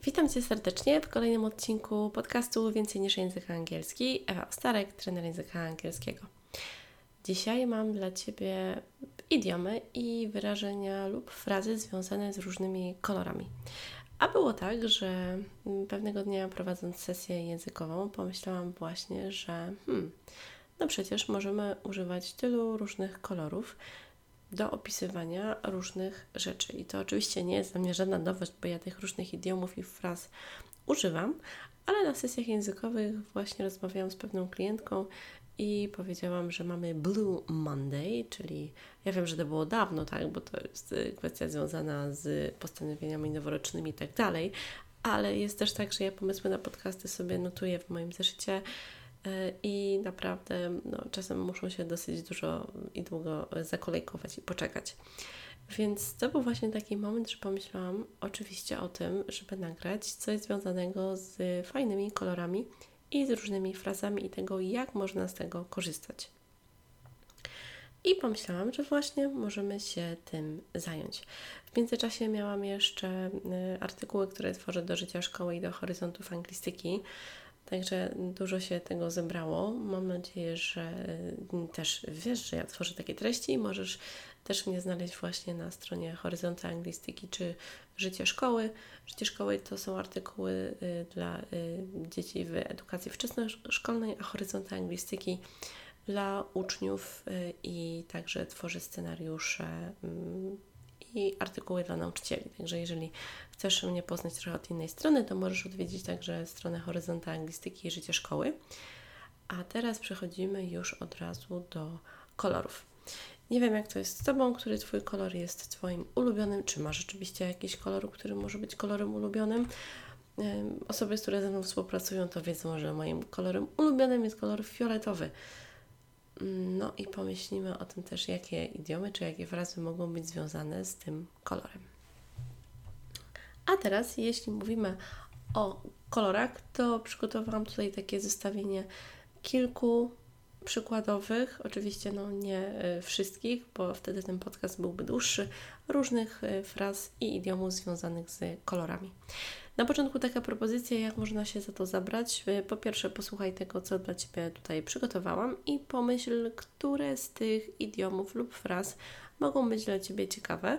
Witam Cię serdecznie w kolejnym odcinku podcastu Więcej niż język angielski. Ewa Ostarek, trener języka angielskiego. Dzisiaj mam dla Ciebie idiomy i wyrażenia lub frazy związane z różnymi kolorami. A było tak, że pewnego dnia prowadząc sesję językową pomyślałam właśnie, że przecież możemy używać tylu różnych kolorów do opisywania różnych rzeczy. I to oczywiście nie jest dla mnie żadna nowość, bo ja tych różnych idiomów i fraz używam, ale na sesjach językowych właśnie rozmawiałam z pewną klientką i powiedziałam, że mamy Blue Monday, czyli ja wiem, że to było dawno, tak, bo to jest kwestia związana z postanowieniami noworocznymi i tak dalej, ale jest też tak, że ja pomysły na podcasty sobie notuję w moim zeszycie i naprawdę czasem muszą się dosyć dużo i długo zakolejkować i poczekać. Więc to był właśnie taki moment, że pomyślałam oczywiście o tym, żeby nagrać coś związanego z fajnymi kolorami i z różnymi frazami i tego, jak można z tego korzystać. I pomyślałam, że właśnie możemy się tym zająć. W międzyczasie miałam jeszcze artykuły, które tworzę do Życia Szkoły i do Horyzontów Anglistyki. Także dużo się tego zebrało. Mam nadzieję, że też wiesz, że ja tworzę takie treści i możesz też mnie znaleźć właśnie na stronie Horyzonty Anglistyki czy Życie Szkoły. Życie Szkoły to są artykuły dla dzieci w edukacji wczesnoszkolnej, a Horyzonty Anglistyki dla uczniów i także tworzę scenariusze i artykuły dla nauczycieli. Także jeżeli chcesz mnie poznać trochę od innej strony, to możesz odwiedzić także stronę Horyzonta Anglistyki i Życie Szkoły. A teraz przechodzimy już od razu do kolorów. Nie wiem, jak to jest z Tobą, który Twój kolor jest Twoim ulubionym, czy masz rzeczywiście jakiś kolor, który może być kolorem ulubionym. Osoby, które ze mną współpracują, to wiedzą, że moim kolorem ulubionym jest kolor fioletowy. No i pomyślimy o tym też, jakie idiomy czy jakie frazy mogą być związane z tym kolorem. A teraz, jeśli mówimy o kolorach, to przygotowałam tutaj takie zestawienie kilku przykładowych, oczywiście nie wszystkich, bo wtedy ten podcast byłby dłuższy, różnych fraz i idiomów związanych z kolorami. Na początku taka propozycja, jak można się za to zabrać. Po pierwsze, posłuchaj tego, co dla Ciebie tutaj przygotowałam i pomyśl, które z tych idiomów lub fraz mogą być dla Ciebie ciekawe.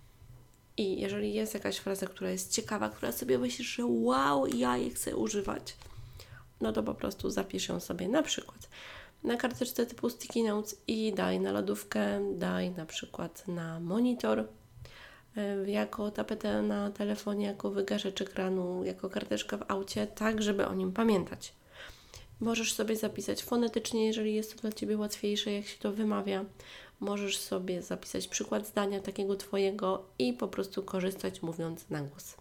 I jeżeli jest jakaś fraza, która jest ciekawa, która sobie myślisz, że wow, ja je chcę używać, no to po prostu zapisz ją sobie na przykład na karteczce typu sticky notes i daj na lodówkę, daj na przykład na monitor, jako tapetę na telefonie, jako wygaszacz ekranu, jako karteczka w aucie, tak żeby o nim pamiętać. Możesz sobie zapisać fonetycznie, jeżeli jest to dla Ciebie łatwiejsze, jak się to wymawia. Możesz sobie zapisać przykład zdania takiego Twojego i po prostu korzystać mówiąc na głos.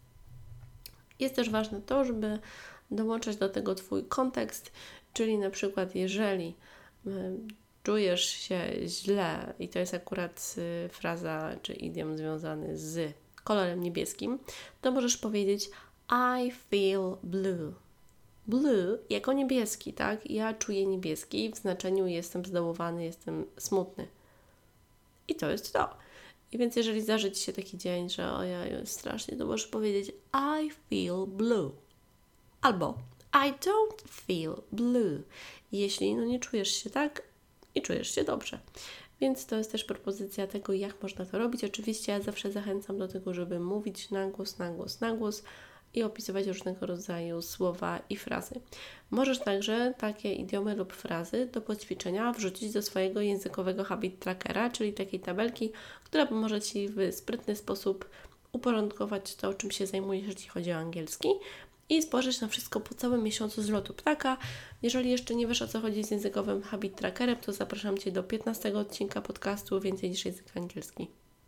Jest też ważne to, żeby dołączać do tego Twój kontekst, czyli na przykład jeżeli czujesz się źle i to jest akurat fraza czy idiom związany z kolorem niebieskim, to możesz powiedzieć I feel blue. Blue jako niebieski, tak? Ja czuję niebieski w znaczeniu jestem zdołowany, jestem smutny. I to jest to. I więc jeżeli zdarzy Ci się taki dzień, że ojej, strasznie, to możesz powiedzieć I feel blue. Albo I don't feel blue. Jeśli nie czujesz się tak i czujesz się dobrze. Więc to jest też propozycja tego, jak można to robić. Oczywiście ja zawsze zachęcam do tego, żeby mówić na głos i opisywać różnego rodzaju słowa i frazy. Możesz także takie idiomy lub frazy do poćwiczenia wrzucić do swojego językowego habit trackera, czyli takiej tabelki, która pomoże Ci w sprytny sposób uporządkować to, czym się zajmujesz, jeśli chodzi o angielski i spojrzeć na wszystko po całym miesiącu z lotu ptaka. Jeżeli jeszcze nie wiesz, o co chodzi z językowym habit trackerem, to zapraszam Cię do 15 odcinka podcastu Więcej niż język angielski.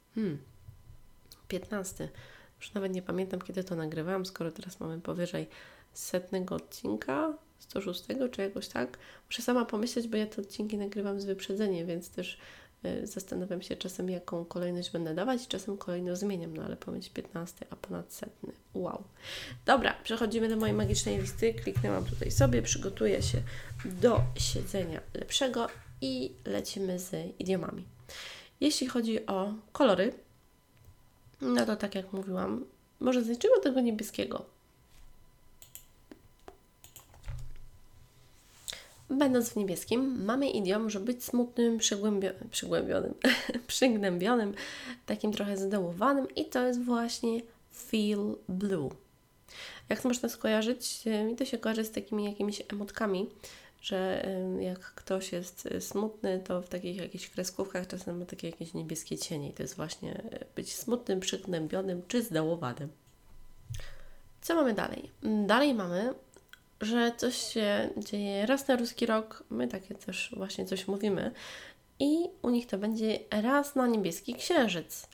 15. Już nawet nie pamiętam, kiedy to nagrywałam, skoro teraz mamy powyżej 100 odcinka, 106 czy jakoś tak. Muszę sama pomyśleć, bo ja te odcinki nagrywam z wyprzedzeniem, więc też zastanawiam się czasem, jaką kolejność będę dawać i czasem kolejność zmieniam, ale pomiędzy 15 a ponad 100. Wow. Dobra, przechodzimy do mojej magicznej listy. Kliknęłam tutaj sobie, przygotuję się do siedzenia lepszego i lecimy z idiomami. Jeśli chodzi o kolory, no to tak jak mówiłam, może zacznijmy od tego niebieskiego. będąc w niebieskim, mamy idiom, że być smutnym, przygnębionym, takim trochę zdołowanym i to jest właśnie feel blue. Jak to można skojarzyć? Mi to się kojarzy z takimi jakimiś emotkami, że jak ktoś jest smutny, to w takich jakichś kreskówkach czasem ma takie jakieś niebieskie cienie i to jest właśnie być smutnym, przygnębionym czy zdołowanym. Co mamy dalej? Dalej mamy, że coś się dzieje raz na ruski rok, my takie też właśnie coś mówimy i u nich to będzie raz na niebieski księżyc.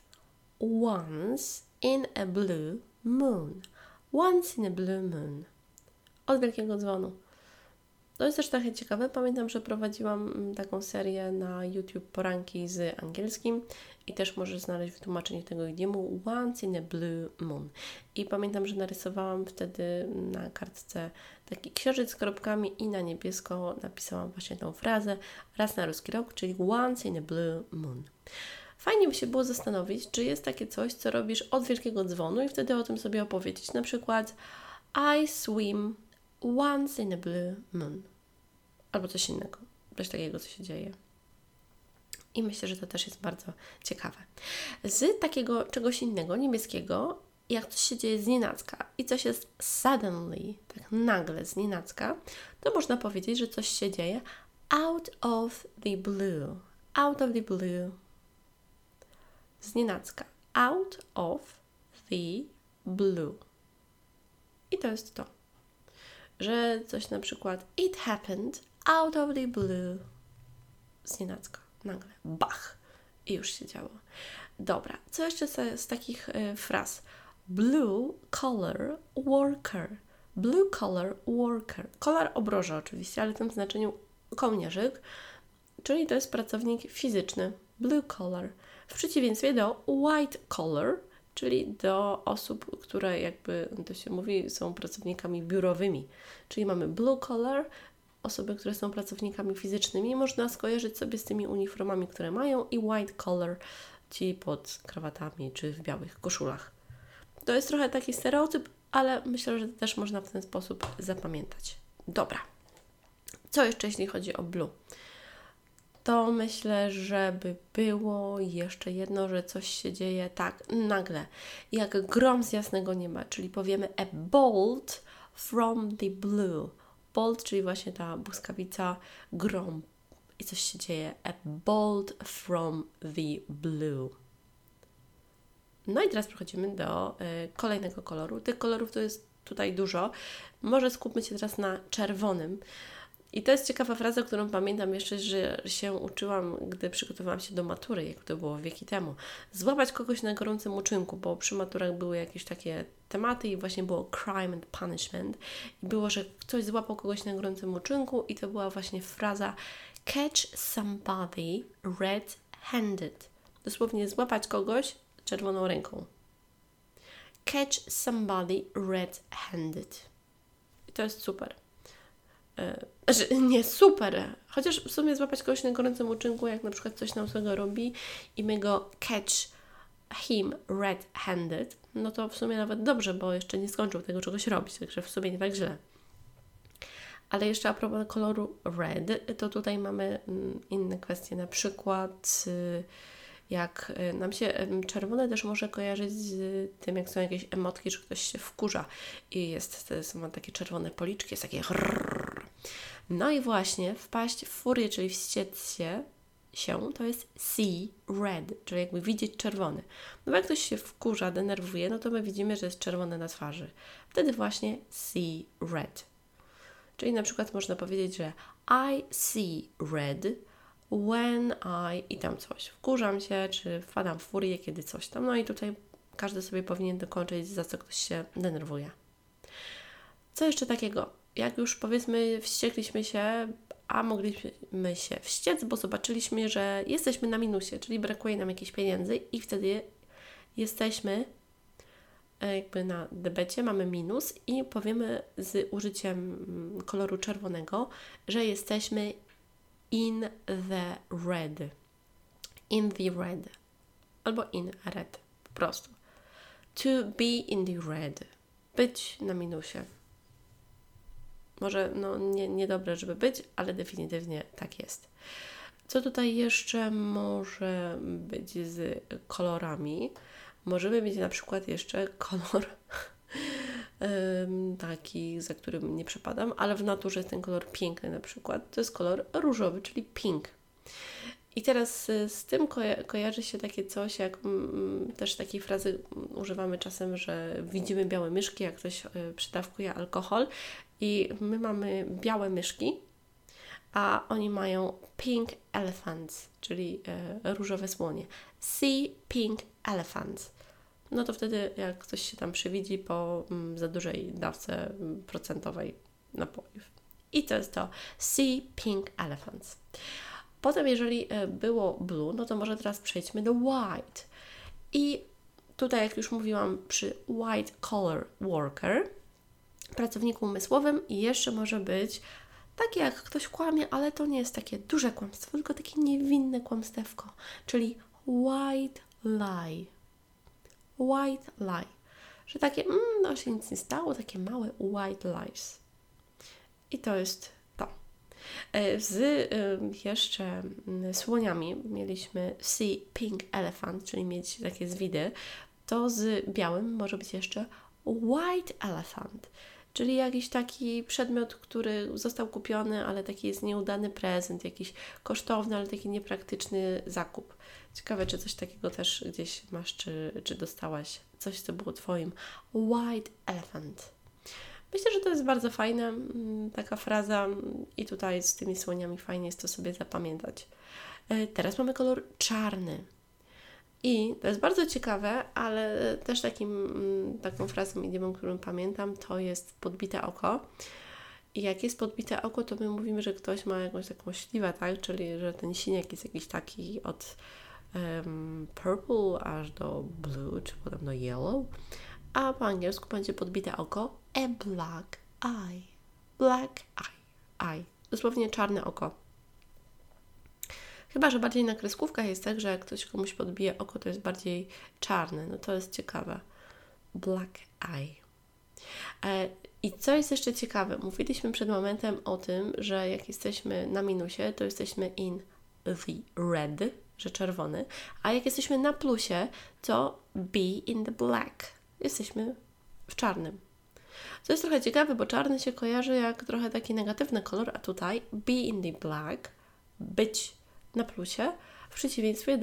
Once in a blue moon. Once in a blue moon. Od wielkiego dzwonu. To jest też trochę ciekawe. Pamiętam, że prowadziłam taką serię na YouTube poranki z angielskim i też możesz znaleźć wytłumaczenie tego idiomu Once in a blue moon. I pamiętam, że narysowałam wtedy na kartce taki księżyc z kropkami i na niebiesko napisałam właśnie tą frazę raz na ruski rok, czyli Once in a blue moon. Fajnie by się było zastanowić, czy jest takie coś, co robisz od wielkiego dzwonu i wtedy o tym sobie opowiedzieć. Na przykład I swim once in a blue moon. Albo coś innego. Coś takiego, co się dzieje. I myślę, że to też jest bardzo ciekawe. Z takiego czegoś innego, niebieskiego, jak coś się dzieje znienacka i coś jest suddenly, tak nagle znienacka, to można powiedzieć, że coś się dzieje out of the blue. Out of the blue. Znienacka. Out of the blue. I to jest to. Że coś na przykład it happened out of the blue. Znienacka. Nagle. Bach. I już się działo. Dobra. Co jeszcze z takich fraz? Blue collar worker. Blue collar worker. Kolor obroża oczywiście, ale w tym znaczeniu kołnierzyk, czyli to jest pracownik fizyczny. Blue collar. W przeciwieństwie do white collar, czyli do osób, które jakby to się mówi są pracownikami biurowymi. Czyli mamy blue collar, osoby, które są pracownikami fizycznymi, można skojarzyć sobie z tymi uniformami, które mają i white collar, ci pod krawatami czy w białych koszulach. To jest trochę taki stereotyp, ale myślę, że też można w ten sposób zapamiętać. Dobra. Co jeszcze jeśli chodzi o blue? To myślę, żeby było jeszcze jedno, że coś się dzieje tak nagle, jak grom z jasnego nieba, czyli powiemy a bolt from the blue. Bolt, czyli właśnie ta błyskawica, grom i coś się dzieje. A bolt from the blue. No i teraz przechodzimy do kolejnego koloru. Tych kolorów to jest tutaj dużo. Może skupmy się teraz na czerwonym. I to jest ciekawa fraza, którą pamiętam jeszcze, że się uczyłam, gdy przygotowałam się do matury, jak to było wieki temu. Złapać kogoś na gorącym uczynku, bo przy maturach były jakieś takie tematy i właśnie było crime and punishment. I było, że ktoś złapał kogoś na gorącym uczynku i to była właśnie fraza catch somebody red-handed. Dosłownie złapać kogoś czerwoną ręką. Catch somebody red-handed. I to jest super. Nie super, chociaż w sumie złapać kogoś na gorącym uczynku, jak na przykład coś nam złego robi i my go catch him red-handed, no to w sumie nawet dobrze, bo jeszcze nie skończył tego czegoś robić, także w sumie nie tak źle. Ale jeszcze a propos koloru red, to tutaj mamy inne kwestie, na przykład jak nam się czerwone też może kojarzyć z tym, jak są jakieś emotki, że ktoś się wkurza i są takie czerwone policzki, jest takie rrrr. No i właśnie wpaść w furię, czyli wściec się, to jest see red, czyli jakby widzieć czerwony. No bo jak ktoś się wkurza, denerwuje, no to my widzimy, że jest czerwone na twarzy. Wtedy właśnie see red. Czyli na przykład można powiedzieć, że I see red when i tam coś. Wkurzam się, czy wpadam w furię, kiedy coś tam. No i tutaj każdy sobie powinien dokończyć, za co ktoś się denerwuje. Co jeszcze takiego? Jak już powiedzmy wściekliśmy się, a mogliśmy się wściec, bo zobaczyliśmy, że jesteśmy na minusie, czyli brakuje nam jakichś pieniędzy i wtedy jesteśmy jakby na debecie, mamy minus i powiemy z użyciem koloru czerwonego, że jesteśmy in the red. In the red. Albo in red. Po prostu. To be in the red. Być na minusie. Może niedobre, żeby być, ale definitywnie tak jest. Co tutaj jeszcze może być z kolorami? Możemy mieć na przykład jeszcze kolor taki, za którym nie przepadam, ale w naturze jest ten kolor piękny na przykład. To jest kolor różowy, czyli pink. I teraz z tym kojarzy się takie coś, jak też takiej frazy używamy czasem, że widzimy białe myszki, jak ktoś przydawkuje alkohol i my mamy białe myszki, a oni mają pink elephants, czyli różowe słonie. See pink elephants. No to wtedy, jak ktoś się tam przywidzi po za dużej dawce procentowej napojów. I to jest to see pink elephants. Potem, jeżeli było blue, no to może teraz przejdźmy do white. I tutaj, jak już mówiłam, przy white collar worker, pracowniku umysłowym, jeszcze może być takie, jak ktoś kłamie, ale to nie jest takie duże kłamstwo, tylko takie niewinne kłamstewko, czyli white lie. White lie. Że takie, no się nic nie stało, takie małe white lies. I to jest to. Z jeszcze słoniami mieliśmy see pink elephant, czyli mieć takie zwidy. To z białym może być jeszcze white elephant, czyli jakiś taki przedmiot, który został kupiony, ale taki jest nieudany prezent, jakiś kosztowny, ale taki niepraktyczny zakup. Ciekawe, czy coś takiego też gdzieś masz, czy dostałaś coś, co było Twoim white elephant. Myślę, że to jest bardzo fajna taka fraza i tutaj z tymi słoniami fajnie jest to sobie zapamiętać. Teraz mamy kolor czarny. I to jest bardzo ciekawe, ale też taką frazą idiomą, którą pamiętam, to jest podbite oko. I jak jest podbite oko, to my mówimy, że ktoś ma jakąś taką śliwę, tak? Czyli, że ten siniak jest jakiś taki od purple aż do blue, czy potem do yellow. A po angielsku będzie podbite oko a black eye. Black eye. Dosłownie czarne oko. Chyba że bardziej na kreskówkach jest tak, że jak ktoś komuś podbije oko, to jest bardziej czarne. No to jest ciekawe. Black eye. I co jest jeszcze ciekawe? Mówiliśmy przed momentem o tym, że jak jesteśmy na minusie, to jesteśmy in the red, że czerwony, a jak jesteśmy na plusie, to be in the black. Jesteśmy w czarnym. Co jest trochę ciekawe, bo czarny się kojarzy jak trochę taki negatywny kolor, a tutaj be in the black, być na plusie, w przeciwieństwie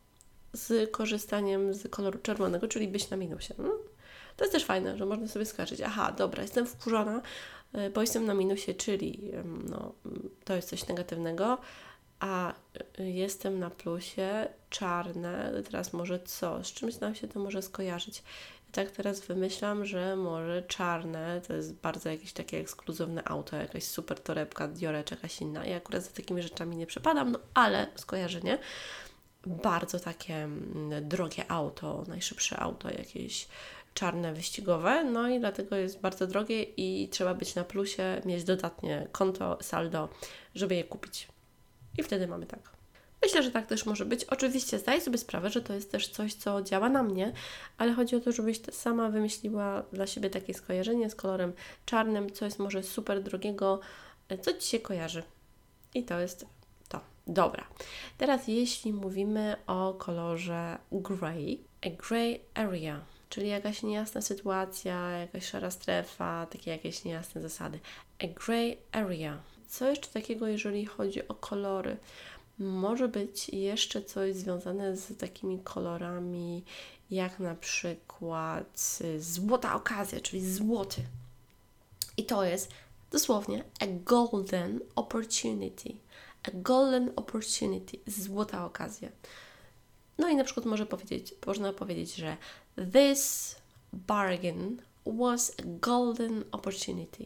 z korzystaniem z koloru czerwonego, czyli być na minusie. To jest też fajne, że można sobie skojarzyć, aha, dobra, jestem wkurzona, bo jestem na minusie, czyli to jest coś negatywnego, a jestem na plusie, czarne, teraz może co? Z czymś nam się to może skojarzyć? I tak teraz wymyślam, że może czarne to jest bardzo jakieś takie ekskluzywne auto, jakaś super torebka, Dior czy jakaś inna. Ja akurat za takimi rzeczami nie przepadam, ale skojarzenie. Bardzo takie drogie auto, najszybsze auto, jakieś czarne, wyścigowe, no i dlatego jest bardzo drogie i trzeba być na plusie, mieć dodatnie konto, saldo, żeby je kupić. I wtedy mamy tak. Myślę, że tak też może być. Oczywiście zdaję sobie sprawę, że to jest też coś, co działa na mnie, ale chodzi o to, żebyś sama wymyśliła dla siebie takie skojarzenie z kolorem czarnym, co jest może super drogiego, co Ci się kojarzy. I to jest to. Dobra. Teraz jeśli mówimy o kolorze grey, a grey area, czyli jakaś niejasna sytuacja, jakaś szara strefa, takie jakieś niejasne zasady. A grey area. Co jeszcze takiego, jeżeli chodzi o kolory? Może być jeszcze coś związane z takimi kolorami, jak na przykład złota okazja, czyli złoty. I to jest dosłownie a golden opportunity. A golden opportunity, złota okazja. No i na przykład można powiedzieć, że this bargain was a golden opportunity.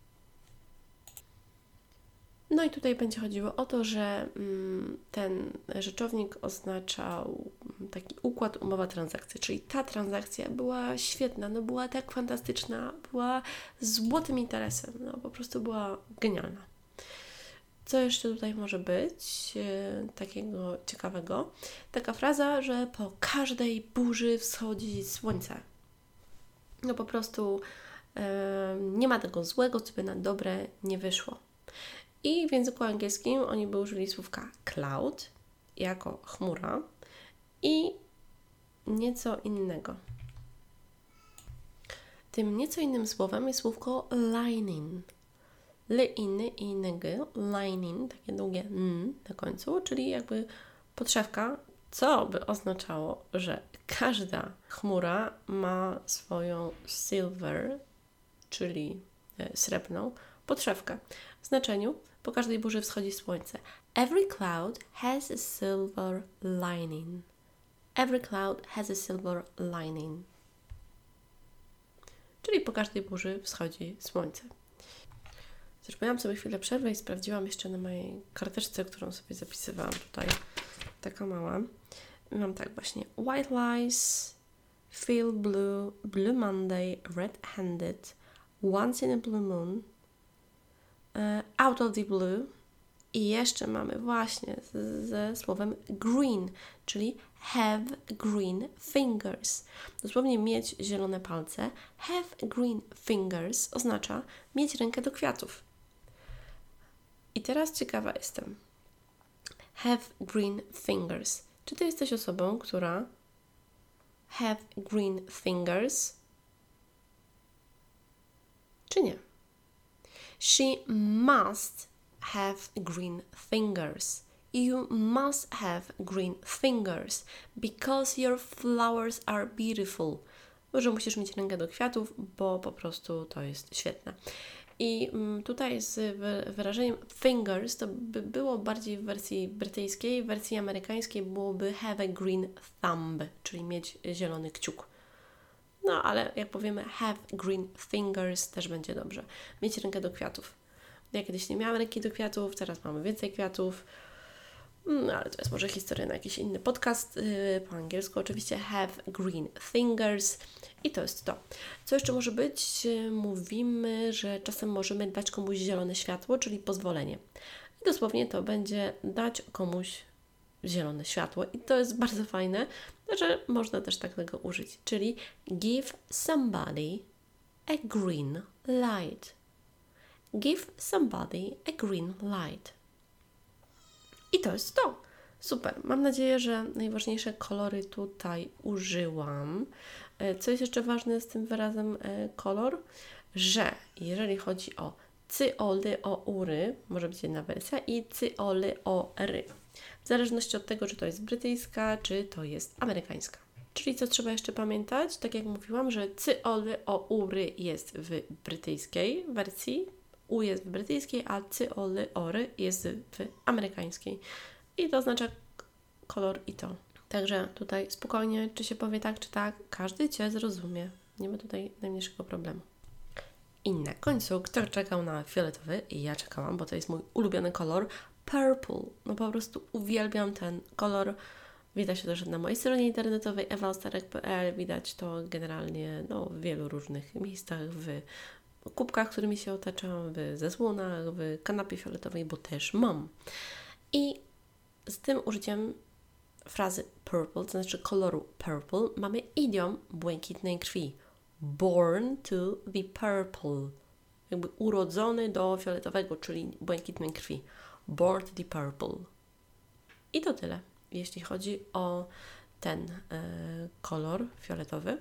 No i tutaj będzie chodziło o to, że ten rzeczownik oznaczał taki układ, umowa, transakcja, czyli ta transakcja była świetna, była tak fantastyczna, była złotym interesem, po prostu była genialna. Co jeszcze tutaj może być takiego ciekawego? Taka fraza, że po każdej burzy wschodzi słońce. Po prostu Nie ma tego złego, co by na dobre nie wyszło. I w języku angielskim oni by użyli słówka cloud jako chmura i nieco innego. Tym nieco innym słowem jest słówko lining. Lining, takie długie n na końcu, czyli jakby podszewka, co by oznaczało, że każda chmura ma swoją silver, czyli srebrną podszewkę. W znaczeniu po każdej burzy wschodzi słońce. Every cloud has a silver lining. Every cloud has a silver lining. Czyli po każdej burzy wschodzi słońce. Zrobiłam sobie chwilę przerwy i sprawdziłam jeszcze na mojej karteczce, którą sobie zapisywałam tutaj. Taka mała. I mam tak właśnie. White lies, feel blue, blue Monday, red-handed, once in a blue moon, out of the blue. I jeszcze mamy właśnie ze słowem green, czyli have green fingers. Dosłownie mieć zielone palce. Have green fingers oznacza mieć rękę do kwiatów. I teraz ciekawa jestem. Have green fingers. Czy ty jesteś osobą, która have green fingers? Czy nie? She must have green fingers. You must have green fingers because your flowers are beautiful. Może musisz mieć rękę do kwiatów, bo po prostu to jest świetne. I tutaj z wyrażeniem fingers to by było bardziej w wersji brytyjskiej, w wersji amerykańskiej byłoby have a green thumb, czyli mieć zielony kciuk. No, ale jak powiemy have green fingers, też będzie dobrze. Mieć rękę do kwiatów. Ja kiedyś nie miałam ręki do kwiatów, teraz mamy więcej kwiatów. No, ale to jest może historia na jakiś inny podcast. Po angielsku oczywiście have green fingers. I to jest to. Co jeszcze może być? Mówimy, że czasem możemy dać komuś zielone światło, czyli pozwolenie. I dosłownie to będzie dać komuś zielone światło. I to jest bardzo fajne, że można też tak tego użyć. Czyli give somebody a green light. Give somebody a green light. I to jest to. Super. Mam nadzieję, że najważniejsze kolory tutaj użyłam. Co jest jeszcze ważne z tym wyrazem kolor? Że jeżeli chodzi o cy-oly, o ury, może być jedna wersja, i cy-oly, o ry. W zależności od tego, czy to jest brytyjska, czy to jest amerykańska. Czyli co trzeba jeszcze pamiętać? Tak jak mówiłam, że cy-oly, o ury jest w brytyjskiej wersji, u jest w brytyjskiej, a cy-oly, ory jest w amerykańskiej. I to oznacza kolor i to. Także tutaj spokojnie, czy się powie tak, czy tak, każdy Cię zrozumie. Nie ma tutaj najmniejszego problemu. I na końcu, kto czekał na fioletowy, i ja czekałam, bo to jest mój ulubiony kolor, purple. No po prostu uwielbiam ten kolor. Widać to też na mojej stronie internetowej ewalstarek.pl. Widać to generalnie w wielu różnych miejscach, w kubkach, którymi się otaczam, w zasłonach, w kanapie fioletowej, bo też mam. I z tym użyciem frazy purple, to znaczy koloru purple, mamy idiom błękitnej krwi. Born to the purple. Jakby urodzony do fioletowego, czyli błękitnej krwi. Born to the purple. I to tyle, jeśli chodzi o ten kolor fioletowy.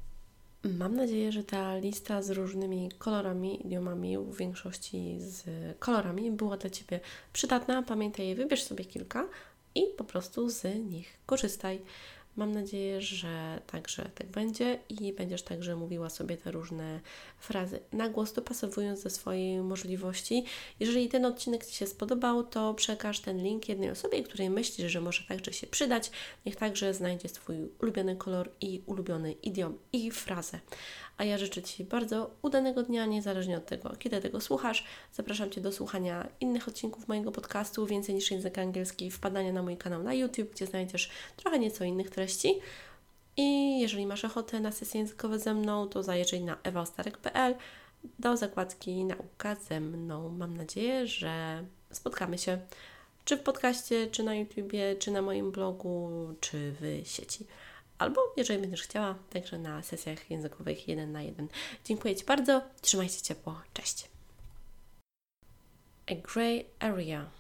Mam nadzieję, że ta lista z różnymi kolorami, idiomami, w większości z kolorami była dla Ciebie przydatna. Pamiętaj, wybierz sobie kilka i po prostu z nich korzystaj. Mam nadzieję, że także tak będzie i będziesz także mówiła sobie te różne frazy na głos, dopasowując do swojej możliwości. Jeżeli ten odcinek Ci się spodobał, to przekaż ten link jednej osobie, której myślisz, że może także się przydać. Niech także znajdzie swój ulubiony kolor i ulubiony idiom i frazę. A ja życzę Ci bardzo udanego dnia, niezależnie od tego, kiedy tego słuchasz. Zapraszam Cię do słuchania innych odcinków mojego podcastu Więcej niż język angielski, wpadania na mój kanał na YouTube, gdzie znajdziesz trochę nieco innych treści. I jeżeli masz ochotę na sesje językowe ze mną, to zajrzyj na ewalstarek.pl do zakładki Nauka ze mną. Mam nadzieję, że spotkamy się czy w podcaście, czy na YouTubie, czy na moim blogu, czy w sieci. albo jeżeli będziesz chciała, także na sesjach językowych 1 na 1. Dziękuję Ci bardzo, trzymaj się ciepło, cześć. A grey area.